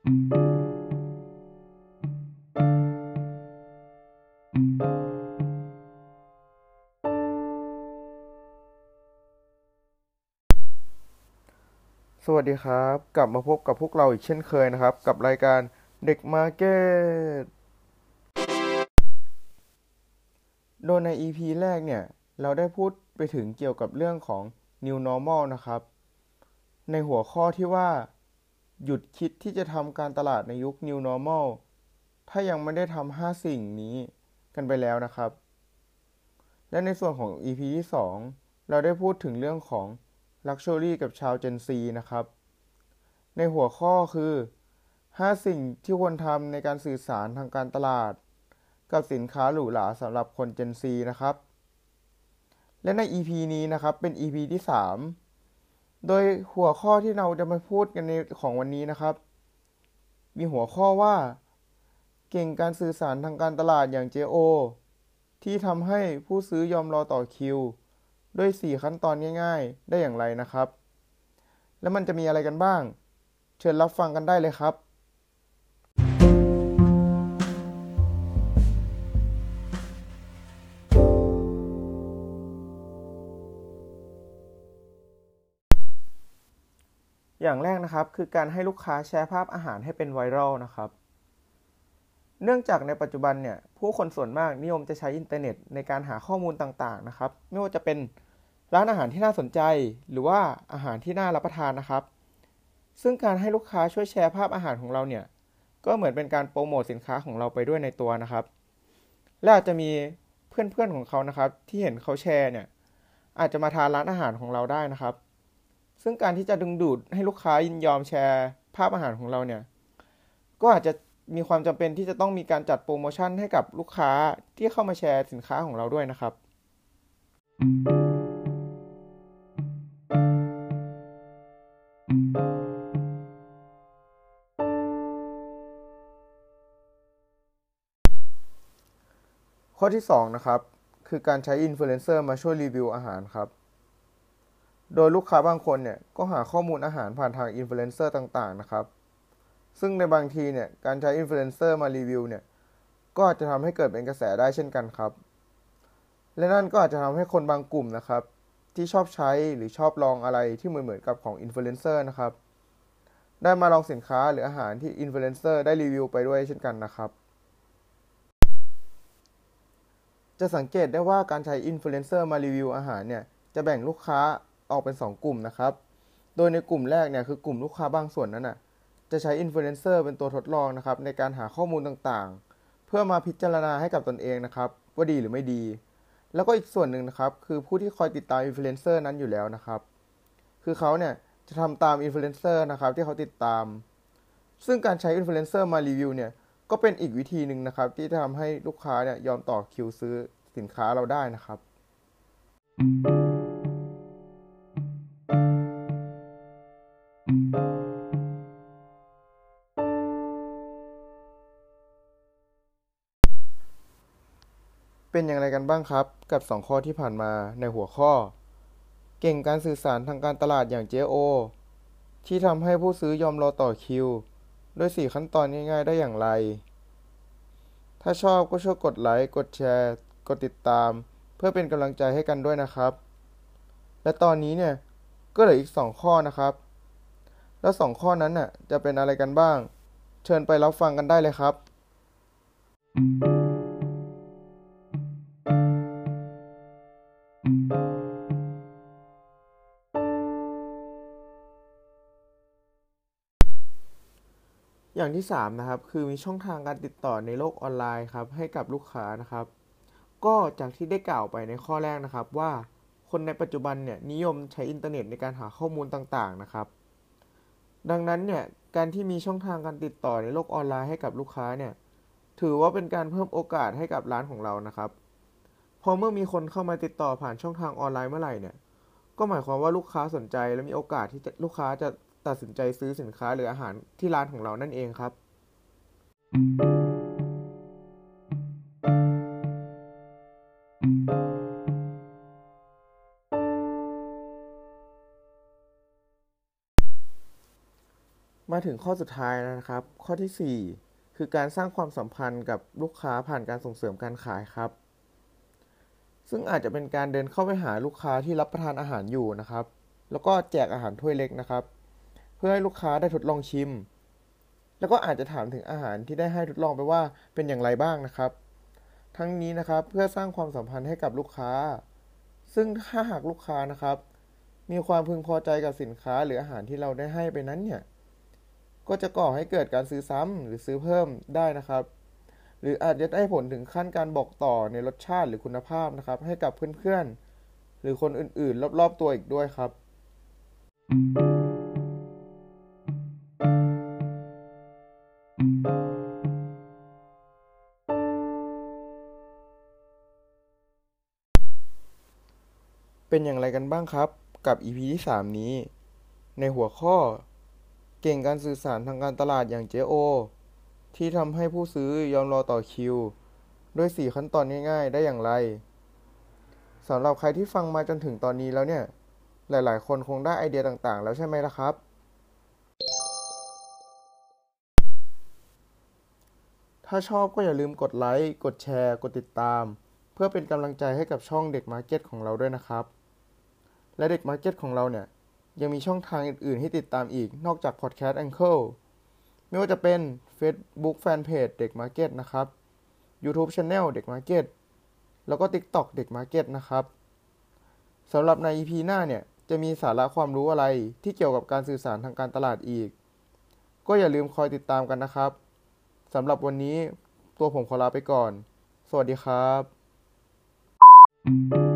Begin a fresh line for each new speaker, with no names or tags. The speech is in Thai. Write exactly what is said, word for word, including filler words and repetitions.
สวัสดีครับกลับมาพบกับพวกเราอีกเช่นเคยนะครับกับรายการเด็กมาร์เก็ตโดยใน อี พี แรกเนี่ยเราได้พูดไปถึงเกี่ยวกับเรื่องของ New Normal นะครับในหัวข้อที่ว่าหยุดคิดที่จะทำการตลาดในยุค New Normal ถ้ายังไม่ได้ทำห้าสิ่งนี้กันไปแล้วนะครับและในส่วนของ อี พี ที่สองเราได้พูดถึงเรื่องของ Luxury กับชาว Gen Z นะครับในหัวข้อคือห้าสิ่งที่ควรทำในการสื่อสารทางการตลาดกับสินค้าหรูหราสำหรับคน Gen Z นะครับและใน อี พี นี้นะครับเป็น อี พี ที่สามโดยหัวข้อที่เราจะมาพูดกันในของวันนี้นะครับมีหัวข้อว่าเก่งการสื่อสารทางการตลาดอย่าง เจ โอ ที่ทำให้ผู้ซื้อยอมรอต่อคิวด้วยสี่ขั้นตอนง่ายๆได้อย่างไรนะครับและมันจะมีอะไรกันบ้างเชิญรับฟังกันได้เลยครับอย่างแรกนะครับคือการให้ลูกค้าแชร์ภาพอาหารให้เป็นไวรัลนะครับเนื่องจากในปัจจุบันเนี่ยผู้คนส่วนมากนิยมจะใช้อินเทอร์เน็ตในการหาข้อมูลต่างๆนะครับไม่ว่าจะเป็นร้านอาหารที่น่าสนใจหรือว่าอาหารที่น่ารับประทานนะครับซึ่งการให้ลูกค้าช่วยแชร์ภาพอาหารของเราเนี่ยก็เหมือนเป็นการโปรโมทสินค้าของเราไปด้วยในตัวนะครับและอาจจะมีเพื่อนๆของเขานะครับที่เห็นเขาแชร์เนี่ยอาจจะมาทานร้านอาหารของเราได้นะครับซึ่งการที่จะดึงดูดให้ลูกค้ายินยอมแชร์ภาพอาหารของเราเนี่ยก็อาจจะมีความจำเป็นที่จะต้องมีการจัดโปรโมชั่นให้กับลูกค้าที่เข้ามาแชร์สินค้าของเราด้วยนะครับข้อที่สองนะครับคือการใช้อินฟลูเอนเซอร์มาช่วยรีวิวอาหารครับโดยลูกค้าบางคนเนี่ยก็หาข้อมูลอาหารผ่านทางอินฟลูเอนเซอร์ต่างๆนะครับซึ่งในบางทีเนี่ยการใช้อินฟลูเอนเซอร์มารีวิวเนี่ยก็อาจจะทำให้เกิดเป็นกระแสได้เช่นกันครับและนั่นก็อาจจะทำให้คนบางกลุ่มนะครับที่ชอบใช้หรือชอบลองอะไรที่เหมือนๆกับของอินฟลูเอนเซอร์นะครับได้มาลองสินค้าหรืออาหารที่อินฟลูเอนเซอร์ได้รีวิวไปด้วยเช่นกันนะครับจะสังเกตได้ว่าการใช้อินฟลูเอนเซอร์มารีวิวอาหารเนี่ยจะแบ่งลูกค้าออกเป็นสองกลุ่มนะครับโดยในกลุ่มแรกเนี่ยคือกลุ่มลูกค้าบางส่วนนั้นน่ะจะใช้อินฟลูเอนเซอร์เป็นตัวทดลองนะครับในการหาข้อมูลต่างๆเพื่อมาพิจารณาให้กับตนเองนะครับว่าดีหรือไม่ดีแล้วก็อีกส่วนหนึ่งนะครับคือผู้ที่คอยติดตามอินฟลูเอนเซอร์นั้นอยู่แล้วนะครับคือเขาเนี่ยจะทำตามอินฟลูเอนเซอร์นะครับที่เขาติดตามซึ่งการใช้อินฟลูเอนเซอร์มารีวิวเนี่ยก็เป็นอีกวิธีหนึ่งนะครับที่จะทำให้ลูกค้าเนี่ยยอมต่อคิวซื้อสินค้าเราได้นะครับเป็นอย่างไรกันบ้างครับกับสองข้อที่ผ่านมาในหัวข้อเก่งการสื่อสารทางการตลาดอย่าง เจ โอ ที่ทำให้ผู้ซื้อยอมรอต่อคิวด้วยสี่ขั้นตอนง่ายๆได้อย่างไรถ้าชอบก็ช่วยกดไลค์กดแชร์กดติดตามเพื่อเป็นกำลังใจให้กันด้วยนะครับและตอนนี้เนี่ยก็เหลืออีกสองข้อนะครับแล้วสองข้อนั้นน่ะจะเป็นอะไรกันบ้างเชิญไปรับฟังกันได้เลยครับอย่างที่สามนะครับคือมีช่องทางการติดต่อในโลกออนไลน์ครับให้กับลูกค้านะครับก็จากที่ได้กล่าวไปในข้อแรกนะครับว่าคนในปัจจุบันเนี่ยนิยมใช้อินเทอร์เน็ตในการหาข้อมูลต่างๆนะครับดังนั้นเนี่ยการที่มีช่องทางการติดต่อในโลกออนไลน์ให้กับลูกค้าเนี่ยถือว่าเป็นการเพิ่มโอกาสให้กับร้านของเรานะครับพอเมื่อมีคนเข้ามาติดต่อผ่านช่องทางออนไลน์เมื่อไหร่เนี่ยก็หมายความว่าลูกค้าสนใจและมีโอกาสที่จะลูกค้าจะตัดสินใจซื้อสินค้าหรืออาหารที่ร้านของเรานั่นเองครับ มามาถึงข้อสุดท้ายแล้วนะครับข้อที่สี่คือการสร้างความสัมพันธ์กับลูกค้าผ่านการส่งเสริมการขายครับซึ่งอาจจะเป็นการเดินเข้าไปหาลูกค้าที่รับประทานอาหารอยู่นะครับแล้วก็แจกอาหารถ้วยเล็กนะครับเพื่อให้ลูกค้าได้ทดลองชิมแล้วก็อาจจะถามถึงอาหารที่ได้ให้ทดลองไปว่าเป็นอย่างไรบ้างนะครับทั้งนี้นะครับเพื่อสร้างความสัมพันธ์ให้กับลูกค้าซึ่งถ้าหากลูกค้านะครับมีความพึงพอใจกับสินค้าหรืออาหารที่เราได้ให้ไปนั้นเนี่ยก็จะก่อให้เกิดการซื้อซ้ำหรือซื้อเพิ่มได้นะครับหรืออาจจะได้ผลถึงขั้นการบอกต่อในรสชาติหรือคุณภาพนะครับให้กับเพื่อนๆหรือคนอื่นๆรอบๆตัวอีกด้วยครับเป็นอย่างไรกันบ้างครับกับ อี พี ที่สามนี้ในหัวข้อเก่งการสื่อสารทางการตลาดอย่างเจ๊โอที่ทำให้ผู้ซื้อยอมรอต่อคิวด้วยสี่ขั้นตอนง่ายๆได้อย่างไรสำหรับใครที่ฟังมาจนถึงตอนนี้แล้วเนี่ยหลายๆคนคงได้ไอเดียต่างๆแล้วใช่ไหมล่ะครับถ้าชอบก็อย่าลืมกดไลค์กดแชร์กดติดตามเพื่อเป็นกำลังใจให้กับช่องเด็กมาร์เก็ตของเราด้วยนะครับและเด็กมาร์เก็ตของเราเนี่ยยังมีช่องทางอื่นๆให้ติดตามอีกนอกจากพอดแคสต์ Anchor ไม่ว่าจะเป็น Facebook Fanpage เด็กมาร์เก็ตนะครับ YouTube Channel เด็กมาร์เก็ตแล้วก็ TikTok เด็กมาร์เก็ตนะครับสำหรับใน อี พี หน้าเนี่ยจะมีสาระความรู้อะไรที่เกี่ยวกับการสื่อสารทางการตลาดอีกก็อย่าลืมคอยติดตามกันนะครับสำหรับวันนี้ตัวผมขอลาไปก่อนสวัสดีครับ